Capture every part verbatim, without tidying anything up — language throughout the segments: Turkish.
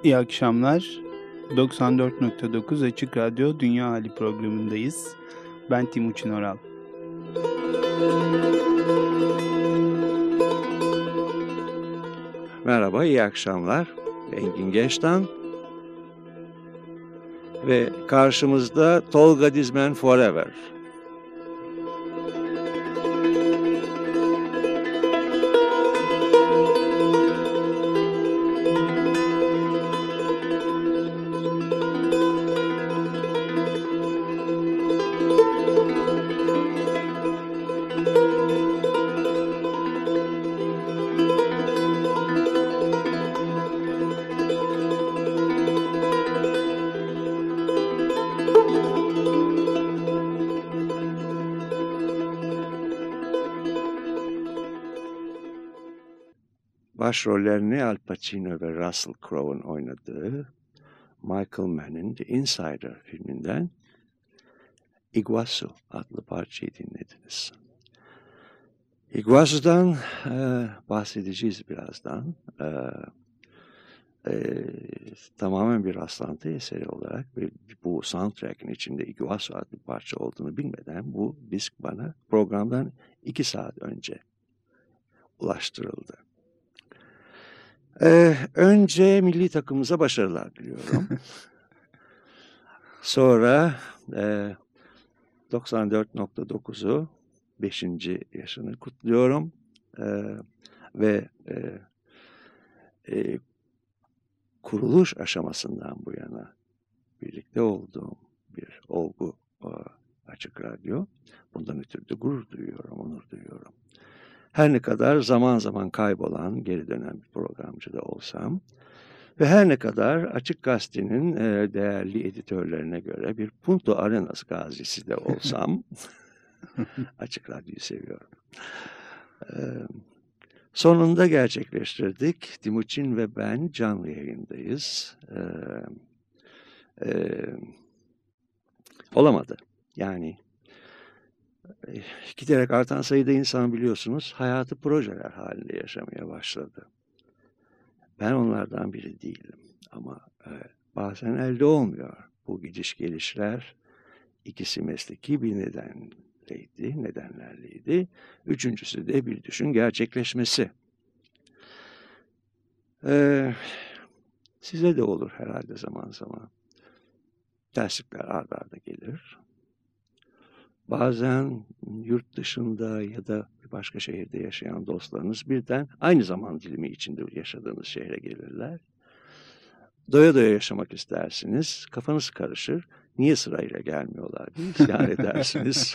İyi akşamlar. doksan dört nokta dokuz Açık Radyo Dünya Hali programındayız. Ben Timuçin Oral. Merhaba, iyi akşamlar. Engin Geçtan. Ve karşımızda Tolga Dizmen Forever. Başrollerini Al Pacino ve Russell Crowe'un oynadığı Michael Mann'in The Insider filminden Iguazu adlı parçayı dinlediniz. Iguazu'dan e, bahsedeceğiz birazdan. E, e, tamamen bir rastlantı eseri olarak ve bu soundtrack'in içinde Iguazu adlı parça olduğunu bilmeden bu disk bana programdan iki saat önce ulaştırıldı. Ee, önce milli takımımıza başarılar diliyorum. Sonra e, doksan dört nokta dokuzu beşinci yaşını kutluyorum. Ee, ve e, e, kuruluş aşamasından bu yana birlikte olduğum bir olgu o, Açık Radyo. Bundan ötürü de gurur duyuyorum, onur duyuyorum. Her ne kadar zaman zaman kaybolan, geri dönen bir programcı da olsam ve her ne kadar Açık Gazete'nin e, değerli editörlerine göre bir Punto Arenas gazisi de olsam Açık Radyo'yu seviyorum. E, sonunda gerçekleştirdik. Timuçin ve ben canlı yayındayız. E, e, olamadı. Yani giderek artan sayıda insan biliyorsunuz hayatı projeler halinde yaşamaya başladı. Ben onlardan biri değilim ama e, bazen elde olmuyor bu gidiş gelişler. İkisi mesleki bir nedenleydi, nedenlerleydi. Üçüncüsü de bir düşün gerçekleşmesi. E, size de olur herhalde zaman zaman. Terslikler ard arda gelir. Bazen yurt dışında ya da bir başka şehirde yaşayan dostlarınız birden aynı zaman dilimi içinde yaşadığınız şehre gelirler. Doya doya yaşamak istersiniz, kafanız karışır. Niye sırayla gelmiyorlar diye isyan edersiniz.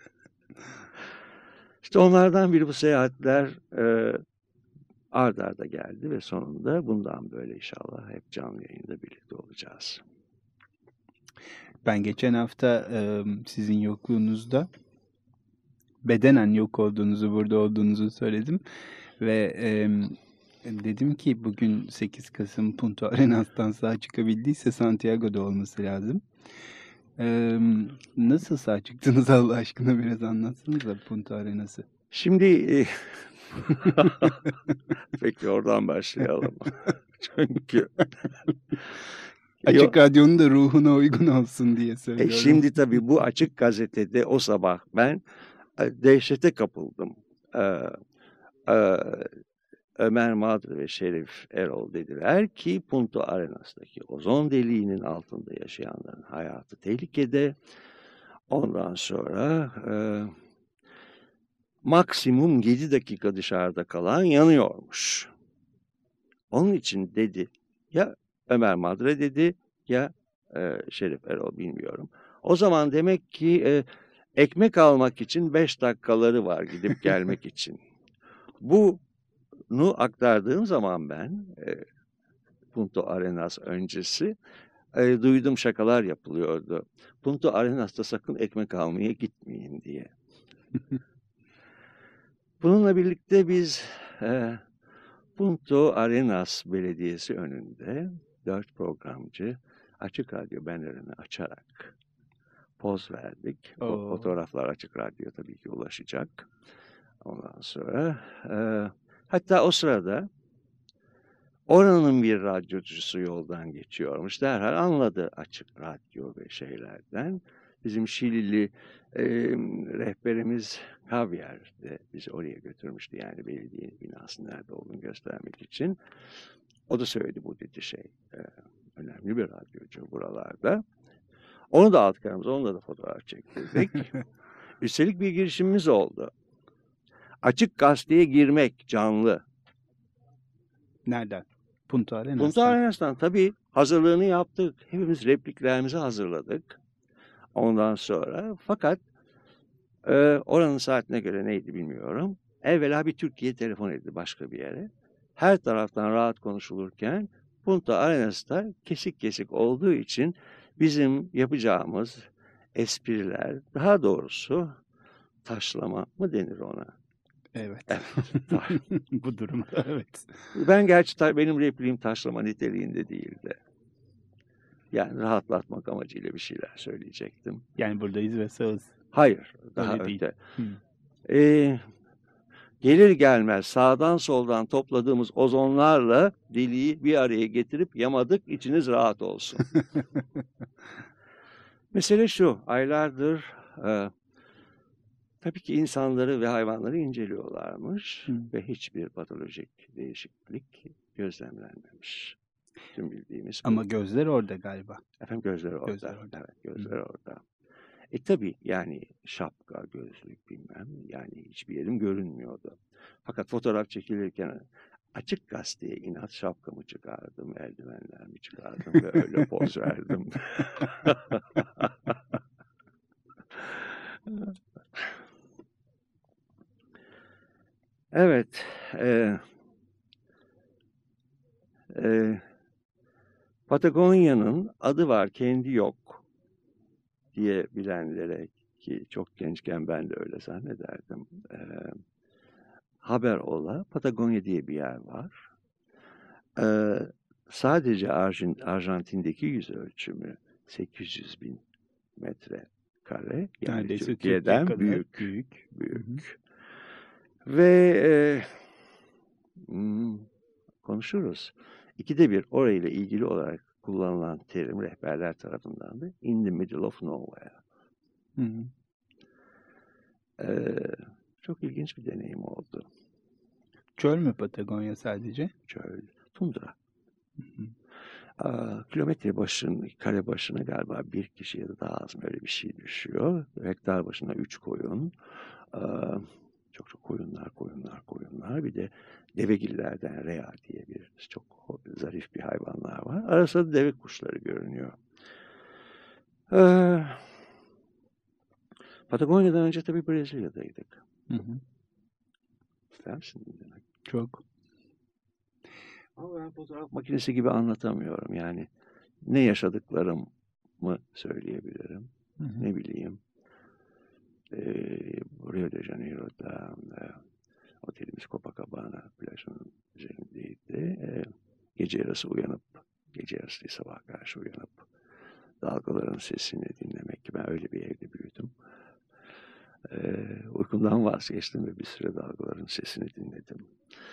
İşte onlardan biri bu seyahatler e, ard arda geldi ve sonunda bundan böyle inşallah hep canlı yayında birlikte olacağız. Ben geçen hafta e, sizin yokluğunuzda bedenen yok olduğunuzu, burada olduğunuzu söyledim. Ve e, dedim ki bugün sekiz Kasım Punta Arenas'tan sağ çıkabildiyse Santiago'da olması lazım. E, nasıl sağ çıktınız Allah aşkına biraz anlatsanıza Punta Arenas'ı. Şimdi e, peki oradan başlayalım. Çünkü Açık Radyo'nun da ruhuna uygun olsun diye söylüyorum. E şimdi tabii bu Açık Gazete'de o sabah ben e, dehşete kapıldım. E, e, Ömer Madre ve Şerif Erol dediler ki Punta Arenas'taki ozon deliğinin altında yaşayanların hayatı tehlikede. Ondan sonra e, maksimum yedi dakika dışarıda kalan yanıyormuş. Onun için dedi ya Ömer Madre dedi ya e, Şerif Erol bilmiyorum. O zaman demek ki e, ekmek almak için beş dakikaları var gidip gelmek için. Bunu aktardığım zaman ben e, Punta Arenas öncesi e, duydum şakalar yapılıyordu. Punta Arenas'ta sakın ekmek almaya gitmeyin diye. Bununla birlikte biz e, Punta Arenas Belediyesi önünde dört programcı Açık Radyo bannerini açarak poz verdik. O Oo. fotoğraflar Açık Radyo tabii ki ulaşacak. Ondan sonra e, hatta o sırada Oranın bir radyocusu yoldan geçiyormuş. Derhal anladı açık radyo ve şeylerden. Bizim Şilili e, rehberimiz Javier de bizi oraya götürmüştü. Yani belediye binasının nerede olduğunu göstermek için. O da söyledi, bu dedi şey. E, önemli bir radyocu buralarda. Onu da aldık aramıza. Onunla da fotoğraf çektirdik. Üstelik bir girişimimiz oldu. Açık gazeteye girmek canlı. Nereden? Punta Arenas. Punta Arenas'tan tabii hazırlığını yaptık. Hepimiz repliklerimizi hazırladık. Ondan sonra fakat e, oranın saatine göre neydi bilmiyorum. Evvela bir Türkiye telefon edildi başka bir yere. Her taraftan rahat konuşulurken Punta Arenas'ta kesik kesik olduğu için bizim yapacağımız espriler, daha doğrusu taşlama mı denir ona? Evet. Evet. Bu durumda evet. Ben gerçi ta, benim repliğim taşlama niteliğinde değildi. Yani rahatlatmak amacıyla bir şeyler söyleyecektim. Yani buradayız ve sağız. Hayır, daha Öyle öte. değil. Hmm. Ee, gelir gelmez sağdan soldan topladığımız ozonlarla deliği bir araya getirip yamadık, içiniz rahat olsun. Mesele şu, aylardır e, tabii ki insanları ve hayvanları inceliyorlarmış hmm. ve hiçbir patolojik değişiklik gözlemlenmemiş. Tüm bildiğimiz bu. Ama gözler orada galiba. Efendim gözler orada. Gözler orada. Evet, gözler hmm. orada. E tabii yani şapka, gözlük bilmem yani hiçbir yerim görünmüyordu. Fakat fotoğraf çekilirken açık gazeteye inat şapkamı çıkardım, eldivenlerimi çıkardım ve öyle poz verdim. Evet. E, e, Patagonya'nın adı var, kendi yok diye bilenlere, ki çok gençken ben de öyle zannederdim. E, haber ola, Patagonya diye bir yer var. E, sadece Arjant, Arjantin'deki yüz ölçümü sekiz yüz bin metre kare. Yani neredeyse Türkiye'den Türkiye büyük. Büyük. büyük. Ve e, hmm, konuşuruz. İkide bir orayla ilgili olarak kullanılan terim rehberler tarafından da in the middle of nowhere. Hı hı. Ee, çok ilginç bir deneyim oldu. Çöl mü Patagonya sadece? Çöl, tundra. Hı hı. Aa, kilometre başına, kare başına galiba bir kişi ya da daha az böyle bir şey düşüyor. Hektar başına üç koyun. Aa, çok çok koyunlar, koyunlar, koyunlar. Bir de devegillerden rea diye bir çok zarif bir hayvanlar var. Arasında deve kuşları görünüyor. Ee, Patagonya'dan önce tabii Brezilya'daydık. Hı hı. İster misin demek? Çok. Ama ben fotoğraf makinesi gibi anlatamıyorum. Yani ne yaşadıklarımı söyleyebilirim. Hı hı. Ne bileyim. Ee, Rio de Janeiro'da e, otelimiz Copacabana plajının üzerindeydi. Ee, gece yarısı uyanıp, gece yarısı değil sabah karşı uyanıp dalgaların sesini dinlemek, ki ben öyle bir evde büyüdüm. Ee, uykumdan vazgeçtim ve bir süre dalgaların sesini dinledim.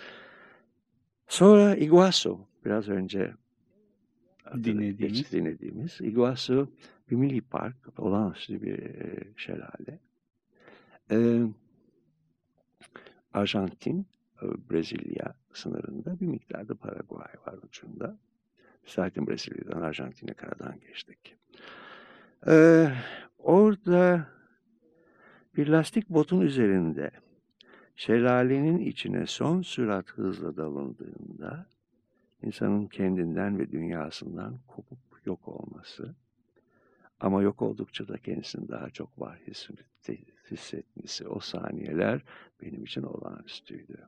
Sonra Iguazu, biraz önce dinlediğimiz. dinlediğimiz Iguazu bir milli park, olağanüstü bir e, şelale. Ee, Arjantin, Brezilya sınırında bir miktarda Paraguay var ucunda. Zaten Brezilya'dan Arjantin'e karadan geçtik. Ee, orada bir lastik botun üzerinde şelalenin içine son sürat hızla dalındığında insanın kendinden ve dünyasından kopup yok olması, ama yok oldukça da kendisini daha çok var hissetmesi, o saniyeler benim için olağanüstüydü.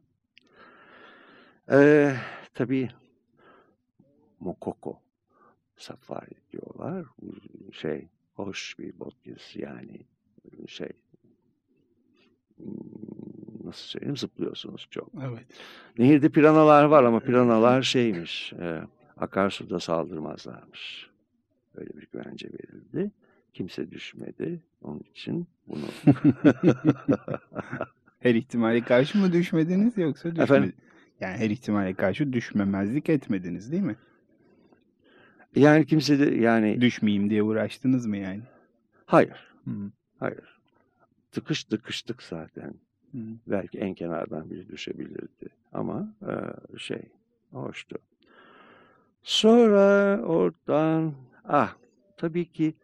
Ee, tabii Mokoko safari diyorlar. Şey, hoş bir bot gezisi, yani şey, nasıl söyleyeyim, zıplıyorsunuz çok. Evet. Nehirde piranalar var ama piranalar şeymiş, e, akarsuda saldırmazlarmış. Öyle bir güvence verildi. Kimse düşmedi. Onun için bunu... Her ihtimale karşı mı düşmediniz yoksa düşmediniz? Efendim? Yani her ihtimale karşı düşmemezlik etmediniz değil mi? Yani kimse de yani... Düşmeyeyim diye uğraştınız mı yani? Hayır. Hı. Hayır. Tıkış tıkıştık zaten. Hı. Belki en kenardan biri düşebilirdi. Ama e, şey hoştu. Sonra oradan ah tabii ki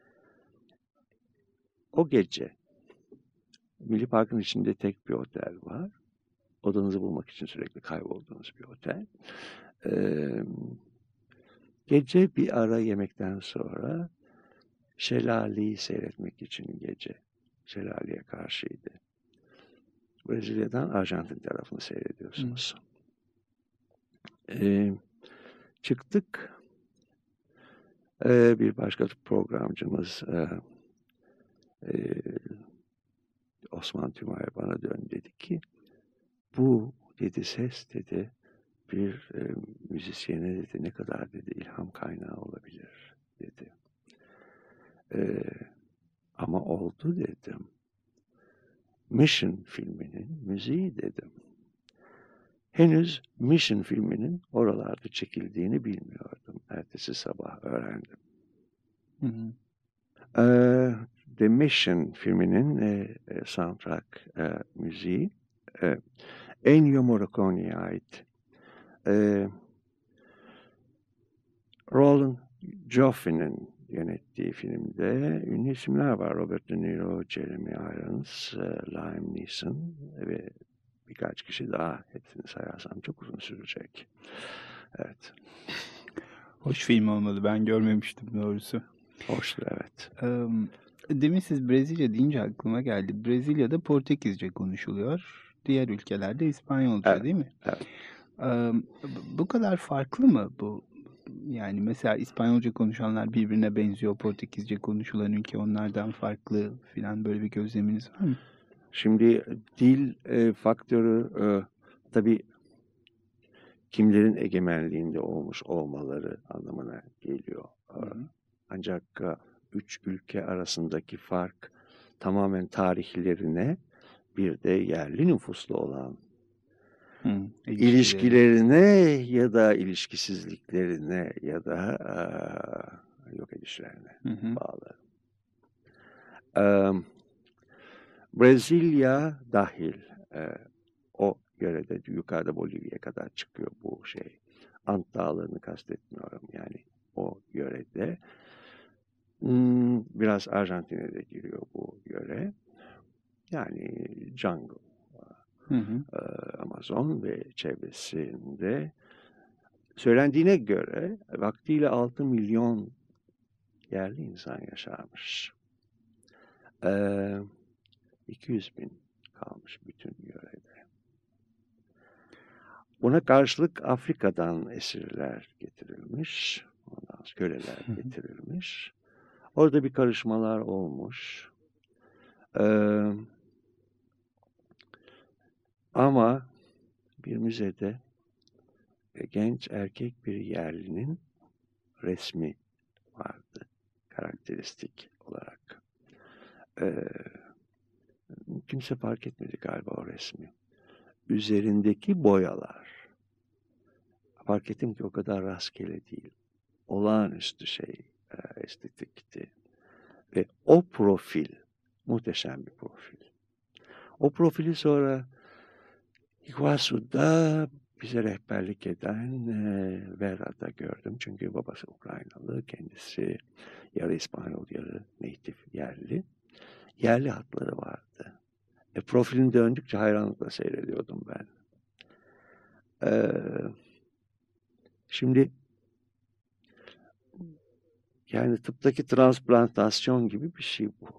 o gece Milli Park'ın içinde tek bir otel var. Odanızı bulmak için sürekli kaybolduğunuz bir otel. Ee, gece bir ara yemekten sonra şelaleyi seyretmek için gece. Şelaleye karşıydı. Brezilya'dan Arjantin tarafını seyrediyorsunuz. Ee, çıktık. Ee, bir başka programcımız e, e, Osman Tümay bana dön dedi ki bu dedi ses dedi bir e, müzisyene dedi ne kadar dedi ilham kaynağı olabilir dedi. E, ama oldu dedim. Mission filminin müziği dedim. Henüz Mission filminin oralarda çekildiğini bilmiyordum. Ertesi sabah öğrendim. Hı hı. E, The Mission filminin e, soundtrack e, müziği e, Ennio Morricone'ye ait. E, Roland Joffe'nin yönettiği filmde ünlü isimler var. Robert De Niro, Jeremy Irons, Liam Neeson ve birkaç kişi daha. Hepsini sayarsam çok uzun sürecek. Evet. Hoş film olmalı. Ben görmemiştim doğrusu. Hoştu, evet. Demin siz Brezilya deyince aklıma geldi. Brezilya'da Portekizce konuşuluyor. Diğer ülkelerde İspanyolca Evet, değil mi? evet. Bu kadar farklı mı bu? Yani mesela İspanyolca konuşanlar birbirine benziyor. Portekizce konuşulan ülke onlardan farklı filan böyle bir gözleminiz var mı? Şimdi dil e, faktörü e, tabii kimlerin egemenliğinde olmuş olmaları anlamına geliyor. Hı hı. Ancak üç ülke arasındaki fark tamamen tarihlerine bir de yerli nüfuslu olan Hı, ilişkilerine ya da ilişkisizliklerine ya da a, yok edişlerine hı hı. bağlı. E, Brezilya dahil e, o yörede yukarıda Bolivya'ya kadar çıkıyor bu şey. Ant Dağları'nı kastetmiyorum yani o yörede. Hmm, biraz Arjantin'e de giriyor bu yöre. Yani jungle, hı hı. Amazon ve çevresinde söylendiğine göre vaktiyle altı milyon yerli insan yaşarmış. Ee, iki yüz bin kalmış bütün yörede. Buna karşılık Afrika'dan esirler getirilmiş, ondan sonra köleler getirilmiş. Orada bir karışmalar olmuş. Ee, ama bir müzede genç erkek bir yerlinin resmi vardı, karakteristik olarak. Ee, kimse fark etmedi galiba o resmi. Üzerindeki boyalar, fark ettim ki o kadar rastgele değil. Olağanüstü şey, estetikti. Ve o profil, muhteşem bir profil. O profili sonra Iguazu'da bize rehberlik eden e, Vera'da gördüm. Çünkü babası Ukraynalı, kendisi yarı İspanyol, yarı native yerli. Yerli hatları vardı. E, profilini döndükçe hayranlıkla seyrediyordum ben. E, şimdi yani tıptaki transplantasyon gibi bir şey bu.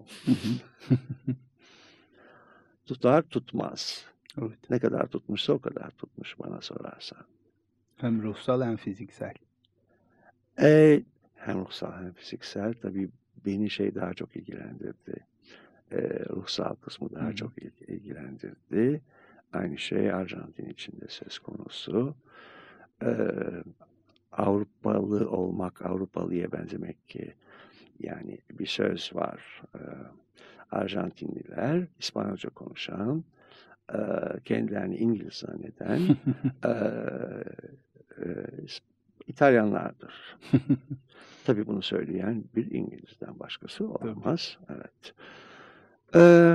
Tutar tutmaz. Evet. Ne kadar tutmuşsa o kadar tutmuş bana sorarsan. Hem ruhsal hem fiziksel. Ee, hem ruhsal hem fiziksel. Tabii beni şey daha çok ilgilendirdi. Ee, ruhsal kısmı daha Hı-hı. çok ilgilendirdi. Aynı şey Arjantin içinde söz konusu. Ee, Avrupalı olmak, Avrupalıya benzemek ki yani bir söz var. Ee, Arjantinliler İspanyolca konuşan e, kendilerini İngiliz zanneden e, e, İtalyanlardır. Tabii bunu söyleyen bir İngiliz'den başkası olamaz. Evet. Ee,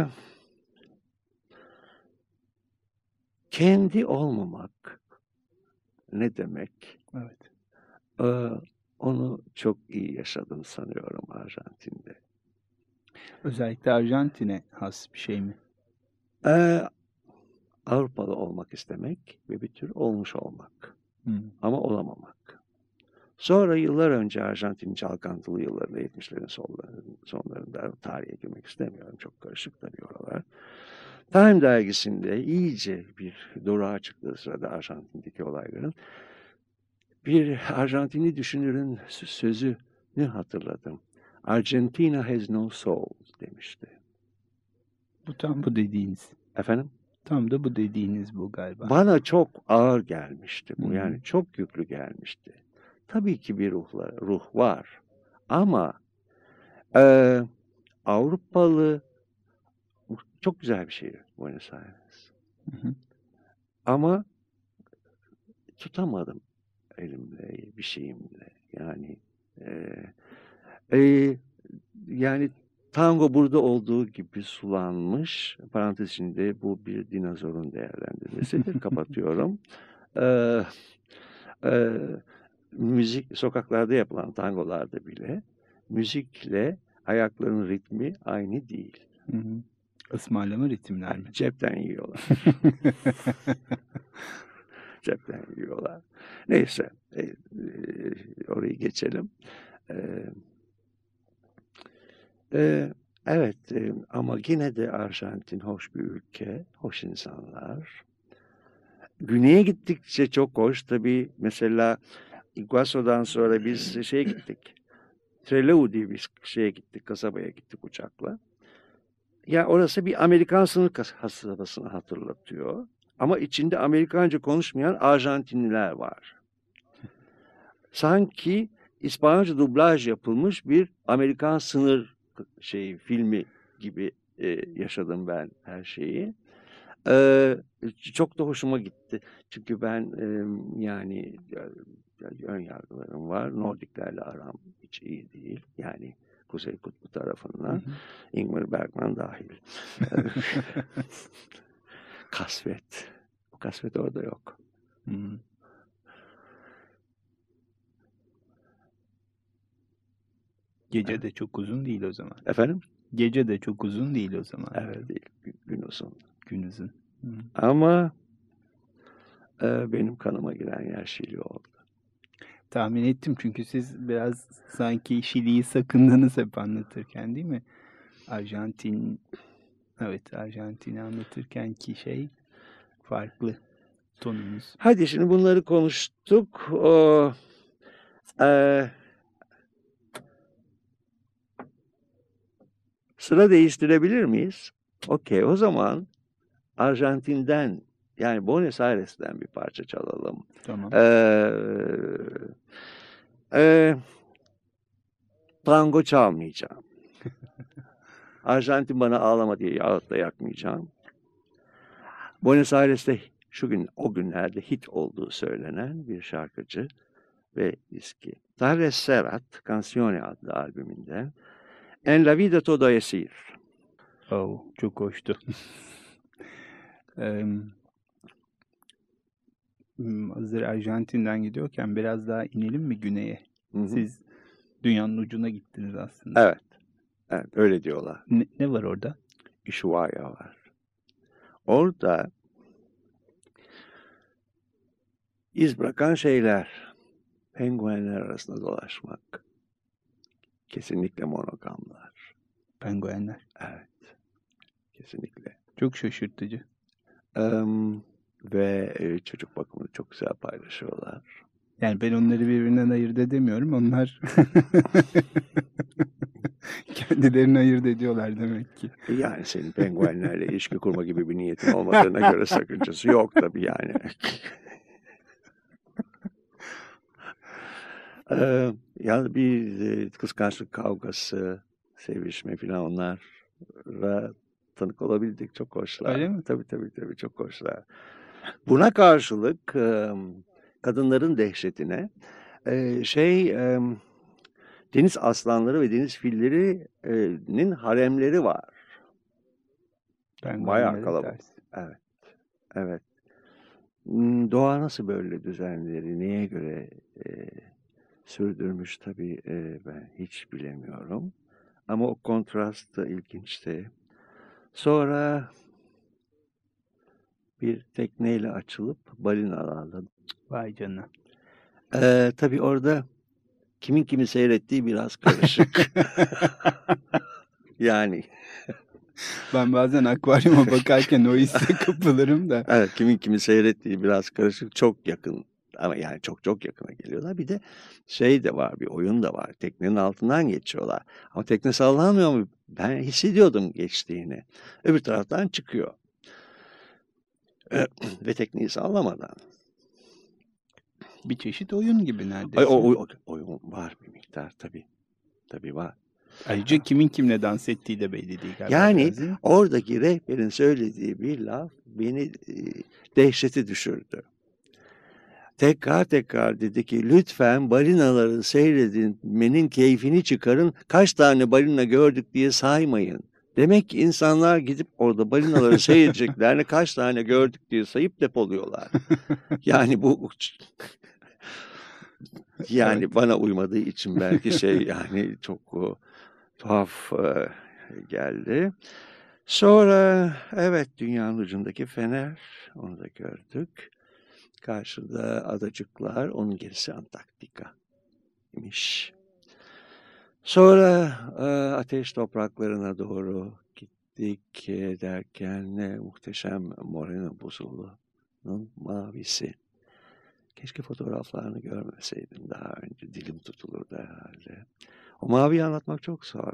kendi olmamak ne demek? Evet. Ee, onu çok iyi yaşadım sanıyorum Arjantin'de. Özellikle Arjantin'e has bir şey mi? Ee, Avrupalı olmak istemek ve bir tür olmuş olmak. Hmm. Ama olamamak. Sonra yıllar önce Arjantin'in çalkantılı yıllarında yetmişlerin sonlarında tarihe girmek istemiyorum. Çok karışık tabii oralar. Time dergisinde iyice bir durağa çıktığı sırada Arjantin'deki olayların bir Arjantinli düşünürün sözünü hatırladım. Argentina has no soul demişti. Bu tam bu dediğiniz. Efendim? Tam da bu dediğiniz bu galiba. Bana çok ağır gelmişti bu. Hmm. Yani çok yüklü gelmişti. Tabii ki bir ruhla, ruh var. Ama e, Avrupalı çok güzel bir şehir Buenos Aires. Hı hı. Ama tutamadım elimle, bir şeyimle. Yani e, e, yani tango burada olduğu gibi sulanmış. Parantez içinde bu bir dinozorun değerlendirmesidir. Kapatıyorum. E, e, müzik, sokaklarda yapılan tangolarda bile müzikle ayakların ritmi aynı değil. Hı hı. Ismarlama ritimler mi? Cepten yiyorlar. Cepten yiyorlar. Neyse. E, e, orayı geçelim. E, e, evet. E, ama yine de Arjantin hoş bir ülke. Hoş insanlar. Güneye gittikçe çok hoş. Tabii mesela Iguazu'dan sonra biz şeye gittik. Trelew diye bir şeye gittik. Kasabaya gittik uçakla. Ya orası bir Amerikan sınır kasabasını hatırlatıyor. Ama içinde Amerikanca konuşmayan Arjantinliler var. Sanki İspanyolca dublaj yapılmış bir Amerikan sınır şey filmi gibi e, yaşadım ben her şeyi. E, çok da hoşuma gitti. Çünkü ben e, yani, yani ön yargılarım var. Nordiklerle aram hiç iyi değil. Yani Kuzey Kutbu tarafından. Hı hı. Ingmar Bergman dahil. Kasvet. Bu kasvet orada yok. Hı hı. Gece evet. de çok uzun değil o zaman. Efendim? Gece de çok uzun değil o zaman. Evet değil. Gün, gün uzun. Gün uzun. Hı. Ama e, benim kanıma giren yer Şili oldu. Tahmin ettim çünkü siz biraz sanki Şili'yi sakındınız hep anlatırken değil mi? Arjantin, evet Arjantin'i anlatırken ki şey farklı tonunuz. Hadi şimdi bunları konuştuk. O, e, sıra değiştirebilir miyiz? Okey, o zaman Arjantin'den yani Buenos Aires'ten bir parça çalalım. Tamam. Ee, e, tango çalmayacağım. Arjantin bana ağlama diye yağıt da yakmayacağım. Buenos Aires'te şu gün o günlerde hit olduğu söylenen bir şarkıcı ve diski. Tarles Serrat, Canzone adlı albümünden En la vida todo es ir. Oh, çok hoştu. um, hazır Arjantin'den gidiyorken biraz daha inelim mi güneye? Hı hı. Siz dünyanın ucuna gittiniz aslında. Evet. Evet, öyle diyorlar. Ne, ne var orada? Ushuaia var. Orada iz bırakan şeyler, penguenler arasında dolaşmak. Kesinlikle monogamlar. Penguenler. Evet. Kesinlikle. Çok şaşırtıcı. Um, ve e, çocuk bakımını çok güzel paylaşıyorlar. Yani ben onları birbirinden ayırt edemiyorum. Onlar kendilerini ayırt ediyorlar demek ki. Yani senin penguenlerle ilişki kurma gibi bir niyetin olmadığına göre sakıncası yok tabii yani. ee, yani bir e, kıskançlık kavgası, sevişme falan onlara tanık olabildik. Çok hoşlar. Öyle mi? Tabii tabii tabii çok hoşlar. Buna karşılık e, kadınların dehşetine e, şey e, deniz aslanları ve deniz fillerinin haremleri var. Ben Bayağı görmedim kalabalık. dersi. Evet. Evet. Hmm, Doğa nasıl böyle düzenleri neye göre e, sürdürmüş tabii e, ben hiç bilemiyorum. Ama o kontrast da ilginçti. Sonra bir tekneyle açılıp balinalarla. Vay canına. Ee, tabii orada kimin kimi seyrettiği biraz karışık. Yani Ben bazen akvaryuma bakarken o hisse kapılırım da. evet, kimin kimi seyrettiği biraz karışık. Çok yakın ama yani çok çok yakına geliyorlar. Bir de şey de var, bir oyun da var. Teknenin altından geçiyorlar. Ama tekne sallanmıyor mu? Ben hissediyordum geçtiğini. Öbür taraftan çıkıyor. Ee, ve tekneyi sallamadan. Bir çeşit oyun gibi neredeyse. Ay, o, o, oyun var bir miktar tabii. Tabii var. Ayrıca kimin kimle dans ettiği de belli değil galiba. Yani biraz, değil mi? oradaki rehberin söylediği bir laf beni e, dehşete düşürdü. Tekrar tekrar dedi ki lütfen balinaları seyredilmenin keyfini çıkarın. Kaç tane balina gördük diye saymayın. Demek ki insanlar gidip orada balinaları seyredeceklerine kaç tane gördük diye sayıp depoluyorlar. Yani bu yani Evet. bana uymadığı için belki şey yani çok o, tuhaf e, geldi. Sonra evet dünyanın ucundaki fener onu da gördük. Karşıda adacıklar, onun gerisi Antarktika imiş. Sonra e, ateş topraklarına doğru gittik e, derken ne muhteşem Moreno buzulunun mavisi. Keşke fotoğraflarını görmeseydim daha önce. Dilim tutulurdu herhalde. O maviyi anlatmak çok zor.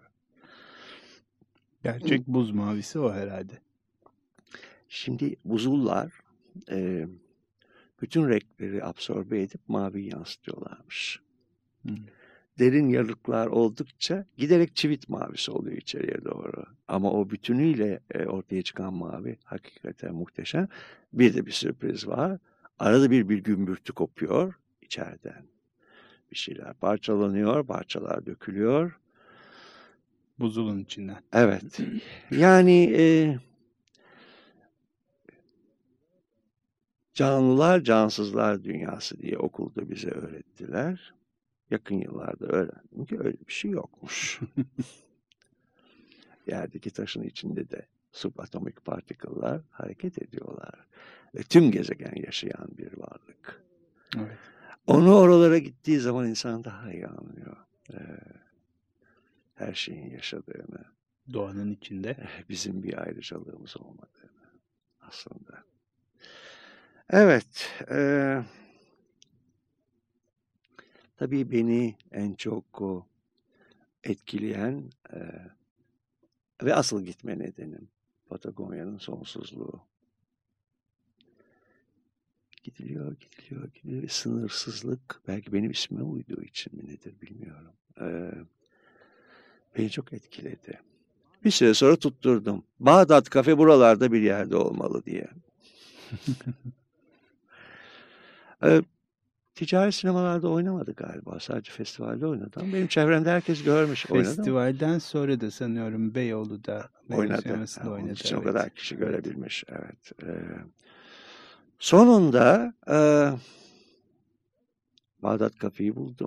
Gerçek buz mavisi o herhalde. Şimdi buzullar e, bütün renkleri absorbe edip maviyi yansıtıyorlarmış. Hmm. Derin yarıklar oldukça giderek çivit mavisi oluyor içeriye doğru. Ama o bütünüyle e, ortaya çıkan mavi hakikaten muhteşem. Bir de bir sürpriz var. Arada bir bir gümbürtü kopuyor içeriden. Bir şeyler parçalanıyor, parçalar dökülüyor. Buzulun içinden. Evet. Yani e, canlılar cansızlar dünyası diye okulda bize öğrettiler. Yakın yıllarda öğrendim ki öyle bir şey yokmuş. Yerdeki taşın içinde de subatomik partiküller hareket ediyorlar. Ve tüm gezegen yaşayan bir varlık. Evet. Onu oralara gittiği zaman insan daha iyi anlıyor. Ee, her şeyin yaşadığını. Doğanın içinde. Bizim bir ayrıcalığımız olmadığını aslında. Evet. E, tabii beni en çok o etkileyen e, ve asıl gitme nedenim Patagonya'nın sonsuzluğu. Gidiliyor, gidiliyor, gidiliyor. Sınırsızlık belki benim ismime uyduğu için mi nedir bilmiyorum. Ee, beni çok etkiledi. Bir süre sonra tutturdum. Bağdat kafe buralarda bir yerde olmalı diye. ee, ticari sinemalarda oynamadı galiba. Sadece festivalde oynadı. Ama benim çevremde herkes görmüş. Oynadı Festivalden sonra da sanıyorum Beyoğlu'da oynadı. sinemasında Ha, onun oynadı. için Evet. o kadar kişi görebilmiş. Evet. Ee, sonunda e, Bağdat kafeyi buldum.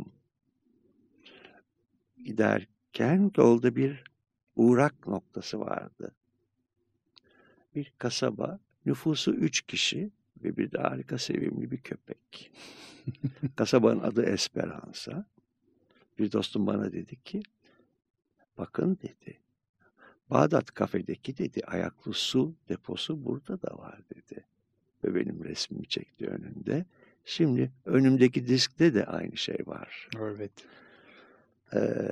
Giderken yolda bir uğrak noktası vardı. Bir kasaba, nüfusu üç kişi ve bir de harika sevimli bir köpek. Kasabanın adı Esperanza. Bir dostum bana dedi ki, bakın dedi, Bağdat kafedeki dedi, ayaklı su deposu burada da var dedi. Ve benim resmimi çekti önünde. Şimdi önümdeki diskte de aynı şey var. Evet. Ee,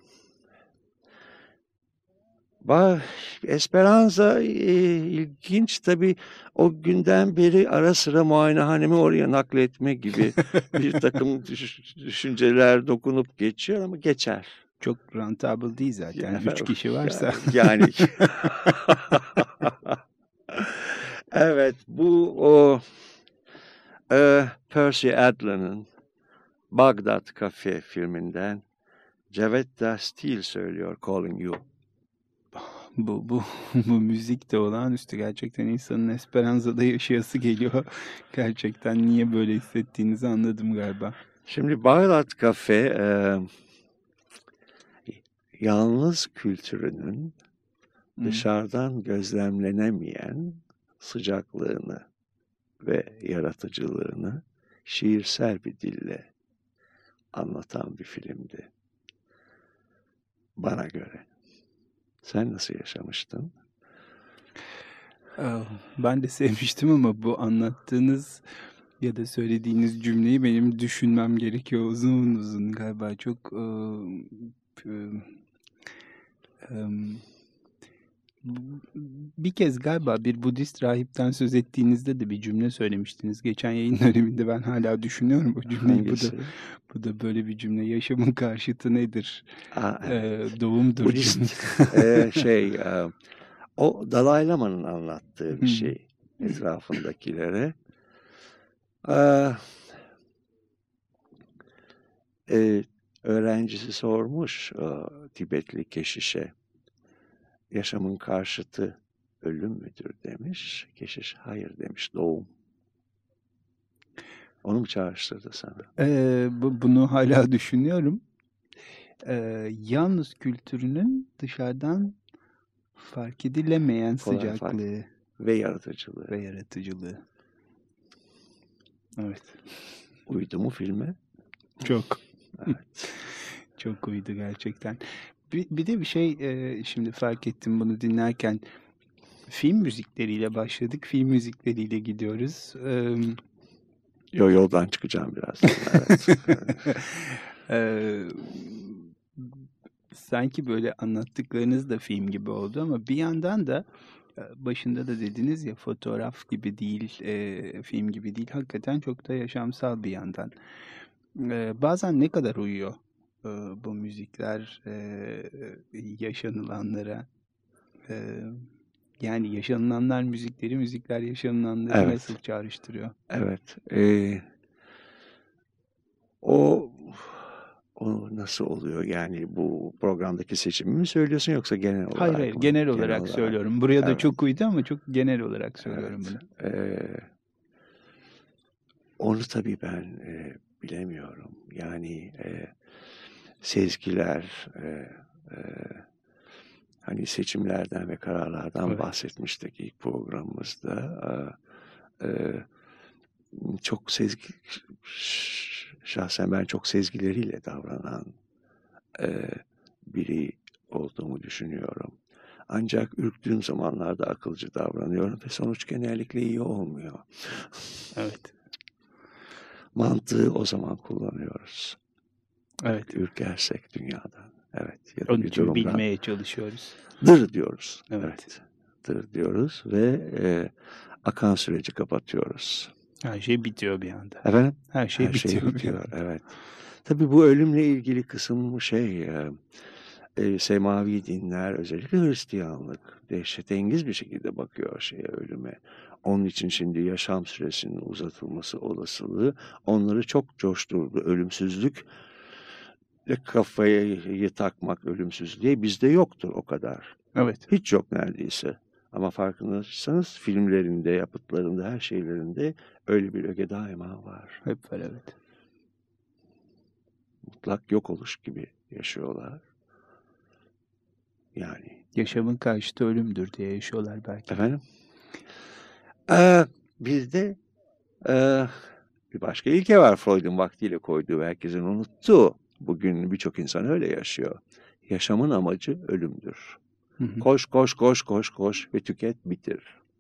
Esperanza e, ilginç tabii o günden beri ara sıra muayenehanemi oraya nakletme gibi bir takım düş- düşünceler dokunup geçiyor ama geçer. çok rentable değil zaten. Ya, Üç kişi varsa. Yani. yani. Evet, bu o e, Percy Adler'ın Bagdad Cafe filminden Cevetta Steele söylüyor Calling You. Bu, bu, bu müzik de olağanüstü. Gerçekten insanın Esperanza'da yaşayası geliyor. Gerçekten niye böyle hissettiğinizi anladım galiba. Şimdi Bagdad Cafe e, yalnız kültürünün dışarıdan gözlemlenemeyen sıcaklığını ve yaratıcılığını şiirsel bir dille anlatan bir filmdi. Bana göre. Sen nasıl yaşamıştın? Ben de sevmiştim ama bu anlattığınız ya da söylediğiniz cümleyi benim düşünmem gerekiyor uzun uzun galiba. Çok ıı, ıı, ıı, bir kez galiba bir Budist rahipten söz ettiğinizde de bir cümle söylemiştiniz. Geçen yayın döneminde ben hala düşünüyorum bu cümleyi. Bu da, bu da böyle bir cümle. Yaşamın karşıtı nedir? Aa, evet. ee, doğumdur. Budist e, şey e, o Dalai Lama'nın anlattığı bir şey etrafındakilere. Ee, e, öğrencisi sormuş o, Tibetli keşişe, yaşamın karşıtı ölüm müdür demiş. Keşiş hayır demiş, doğum. Onu mu çağrıştırdı sana? Ee, bu, bunu hala düşünüyorum. Ee, yalnız kültürünün dışarıdan fark edilemeyen Kolay sıcaklığı fark. Ve yaratıcılığı. Ve yaratıcılığı. Evet. Uydu mu filme? Çok. Evet. Çok uydu gerçekten. Bir, bir de bir şey e, şimdi fark ettim bunu dinlerken. Film müzikleriyle başladık. Film müzikleriyle gidiyoruz. Ee, Yo, yoldan çıkacağım biraz. Evet. ee, sanki böyle anlattıklarınız da film gibi oldu ama bir yandan da başında da dediniz ya fotoğraf gibi değil, e, film gibi değil. Hakikaten çok da yaşamsal bir yandan. E, bazen ne kadar uyuyor e, bu müzikler e, yaşanılanlara. E, yani yaşanılanlar müzikleri, müzikler yaşanılanları Evet. nasıl çağrıştırıyor? Evet. E, o o nasıl oluyor? Yani bu programdaki seçimi mi söylüyorsun yoksa genel olarak Hayır hayır mı? genel olarak genel söylüyorum. Olarak. Buraya da evet. çok uydu ama çok genel olarak söylüyorum evet. bunu. Ee, onu tabii ben e, bilemiyorum. Yani e, sezgiler, e, e, hani seçimlerden ve kararlardan evet. bahsetmiştik ilk programımızda. E, e, çok sezgi, şahsen ben çok sezgileriyle davranan e, biri olduğumu düşünüyorum. Ancak ürktüğüm zamanlarda akılcı davranıyorum ve sonuç genellikle iyi olmuyor. Evet. Mantığı o zaman kullanıyoruz. Evet. Ürkersek dünyadan. Evet. Ya da onun bir için durumdan bilmeye çalışıyoruz. Dır diyoruz. Evet. evet. Dır diyoruz ve e, akan süreci kapatıyoruz. Her şey bitiyor bir anda. Efendim? Her şey Her bitiyor. Şey bitiyor. Evet. Tabii bu ölümle ilgili kısım şey... E, E, semavi dinler, özellikle Hristiyanlık dehşetengiz bir şekilde bakıyor şeye, ölüme. Onun için şimdi yaşam süresinin uzatılması olasılığı onları çok coşturdu. Ölümsüzlük ve kafayı takmak ölümsüzlüğe bizde yoktur o kadar. Evet. Hiç yok neredeyse. Ama farkındaysanız filmlerinde, yapıtlarında, her şeylerinde öyle bir öge daima var. Hep var evet. Mutlak yok oluş gibi yaşıyorlar. Yani yaşamın karşıtı ölümdür diye yaşıyorlar belki. Efendim? Ee, bizde e, bir başka ilke var Freud'un vaktiyle koyduğu ve herkesin unuttuğu. Bugün birçok insan öyle yaşıyor. Yaşamın amacı ölümdür. Hı hı. Koş, koş, koş, koş, koş ve tüket, bitir.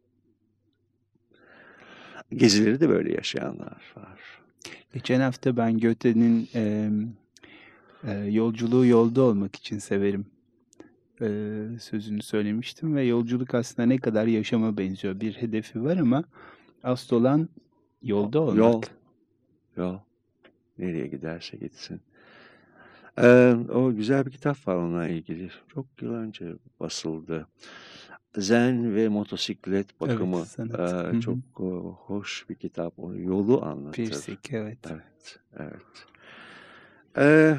Gezileri de böyle yaşayanlar var. Geçen hafta ben Goethe'nin e, e, yolculuğu yolda olmak için severim e, sözünü söylemiştim ve yolculuk aslında ne kadar yaşama benziyor. Bir hedefi var ama asıl olan yolda olmak. Yol. Yol. Nereye giderse gitsin. Ee, o güzel bir kitap var onunla ilgili. Çok yıl önce basıldı. Zen ve motosiklet Evet, bakımı. sanat. Ee, Hı çok hı. o, hoş bir kitap. O yolu anlatır. Pirsik, evet. Evet, evet. Ee,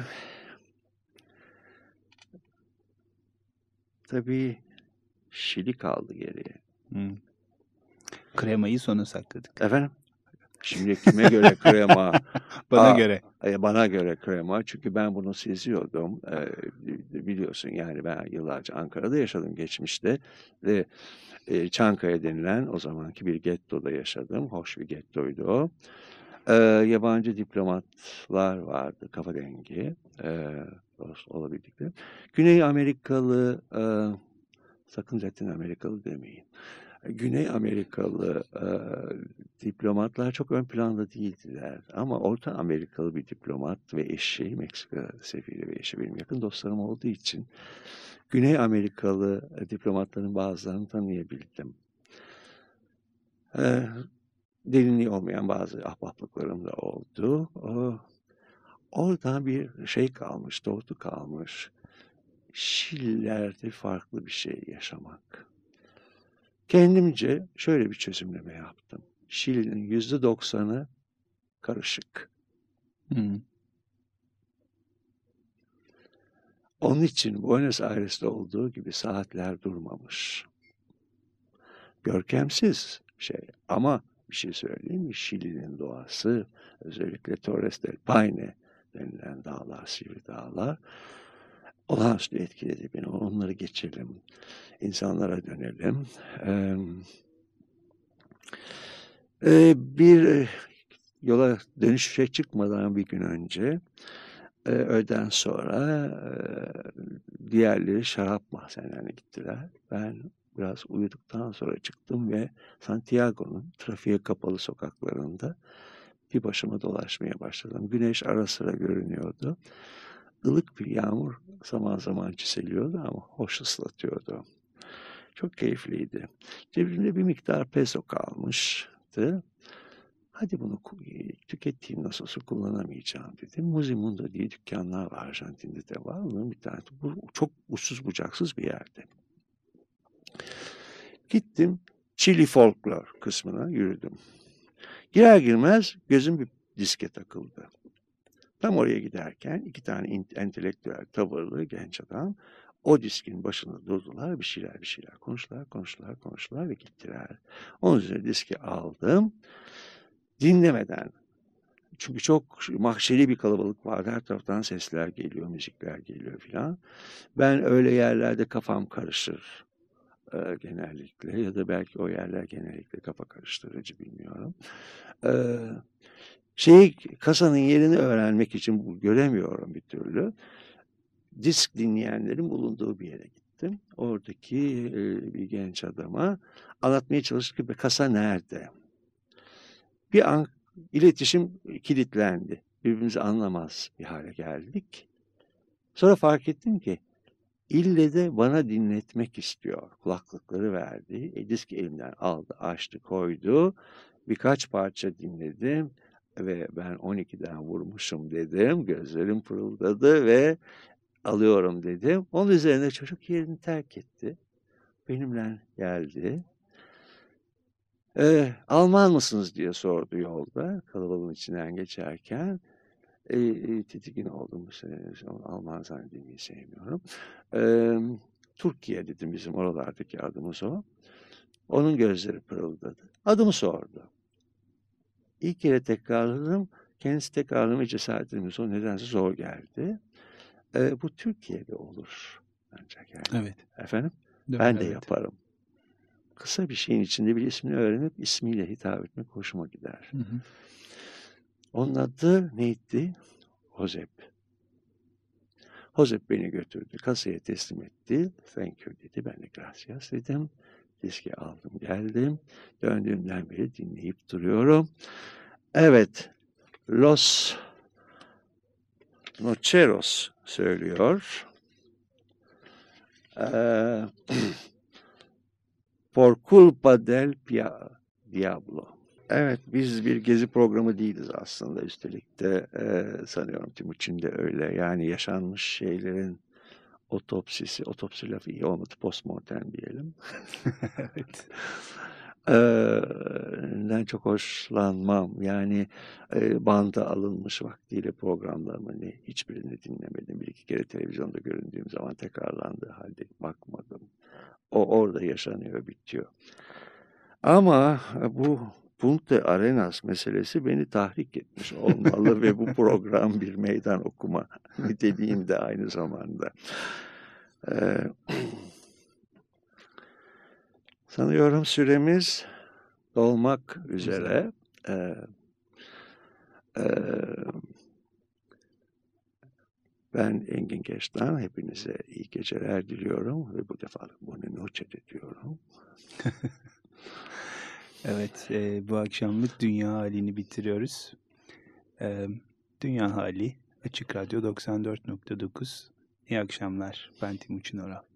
tabii Şili kaldı geriye. Hı. Kremayı sona sakladık. Efendim? Şimdi kime göre krema? Bana Aa, göre. e, bana göre krema. Çünkü ben bunu seziyordum. Ee, biliyorsun yani ben yıllarca Ankara'da yaşadım geçmişte. Ve e, Çankaya denilen o zamanki bir gettoda yaşadım. Hoş bir gettoydu o. Ee, yabancı diplomatlar vardı, kafa dengi. Ee, dost olabildikleri. Güney Amerikalı, e, sakın Latin Amerikalı demeyin. Güney Amerikalı e, diplomatlar çok ön planda değildiler. Ama Orta Amerikalı bir diplomat ve eşi, Meksika sefiri ve eşi benim yakın dostlarım olduğu için Güney Amerikalı e, diplomatların bazılarını tanıyabildim. E, derinliği olmayan bazı ahbaplıklarım da oldu. O, oradan bir şey kalmış, doğru kalmış. Şililer'de farklı bir şey yaşamak. Kendimce şöyle bir çözümleme yaptım. Şili'nin yüzde doksanı karışık. Hı. Onun için Buenos Aires'te olduğu gibi saatler durmamış. Görkemsiz şey ama bir şey söyleyeyim mi? Şili'nin doğası, özellikle Torres del Paine denilen dağlar, sivri dağlar olağanüstü etkiledi beni. Onları geçelim. İnsanlara dönelim. Ee, e, bir yola dönüşe çıkmadan bir gün önce e, öğleden sonra e, diğerleri şarap mahzenlerine gittiler. Ben biraz uyuduktan sonra çıktım ve Santiago'nun trafiğe kapalı sokaklarında bir başıma dolaşmaya başladım. Güneş ara sıra görünüyordu. Ilık bir yağmur zaman zaman çiseliyordu ama hoş ıslatıyordu. Çok keyifliydi. Cebimde bir miktar peso kalmıştı. Hadi bunu tükettiğim nasılsa kullanamayacağım dedim. Musimundo diye dükkanlar var Arjantin'de de var. Bunun bir tanesi. Bu çok uçsuz bucaksız bir yerde. Gittim Chili Folklor kısmına yürüdüm. Girer girmez gözüm bir diske takıldı. Tam oraya giderken iki tane entelektüel tavırlı genç adam o diskin başında durdular. Bir şeyler bir şeyler konuştular, konuştular, konuştular ve gittiler. Onun üzerine diski aldım. Dinlemeden, çünkü çok mahşeri bir kalabalık vardı. Her taraftan sesler geliyor, müzikler geliyor filan. Ben öyle yerlerde kafam karışır e, genellikle ya da belki o yerler genellikle kafa karıştırıcı bilmiyorum. E, şey kasanın yerini öğrenmek için bu göremiyorum bir türlü. Disk dinleyenlerin bulunduğu bir yere gittim. Oradaki e, bir genç adama anlatmaya çalıştık ki kasa nerede? Bir an iletişim kilitlendi. Birbirimizi anlamaz bir hale geldik. Sonra fark ettim ki ille de bana dinletmek istiyor. Kulaklıkları verdi. E, disk elimden aldı, açtı, koydu. Birkaç parça dinledim ve ben on ikiden vurmuşum dedim. Gözlerim pırıldadı ve alıyorum dedim. Onun üzerine çocuk yerini terk etti. Benimle geldi. E, Alman mısınız diye sordu yolda kalabalığın içinden geçerken. E, e, tedirgin oldum. Alman zannedilmeyi sevmiyorum. E, Türkiye dedim, bizim oralardaki adımız o. Onun gözleri pırıldadı. Adımı sordu. İlk kere tekrarladım. Kendisi tekrarlamaya cesaret edemiyorsa o nedense zor geldi. E, bu Türkiye'de olur ancak yani. Evet. Efendim? Doğru, Ben de evet. yaparım. Kısa bir şeyin içinde bir ismini öğrenip ismiyle hitap etmek hoşuma gider. Hı hı. Onun adı neydi? Josep. Josep beni götürdü. Kasaya teslim etti. Thank you dedi. Ben de gracias dedim. Diski aldım geldim. Döndüğümden beri dinleyip duruyorum. Evet. Los Nocheros söylüyor. Por culpa del Diablo. Evet, biz bir gezi programı değiliz aslında. Üstelik de e, sanıyorum Timuçin de öyle. Yani yaşanmış şeylerin otopsisi, otopsi lafı iyi olmadı, postmortem diyelim. Evet. Den çok hoşlanmam. Yani e, banda alınmış vaktiyle programlarımı ne, hiçbirini dinlemedim. Bir iki kere televizyonda göründüğüm zaman tekrarlandığı halde bakmadım. O orada yaşanıyor, bitiyor. Ama bu Punta Arenas meselesi beni tahrik etmiş olmalı ve bu program bir meydan okuma niteliğinde aynı zamanda. Ee, sanıyorum süremiz dolmak üzere. Ee, e, ben Engin Keştan, hepinize iyi geceler diliyorum ve bu defa bunu noche diyorum. Evet, e, bu akşamlık Dünya Halini bitiriyoruz. E, Dünya Hali, Açık Radyo doksan dört nokta dokuz. İyi akşamlar, ben Timuçin Oral.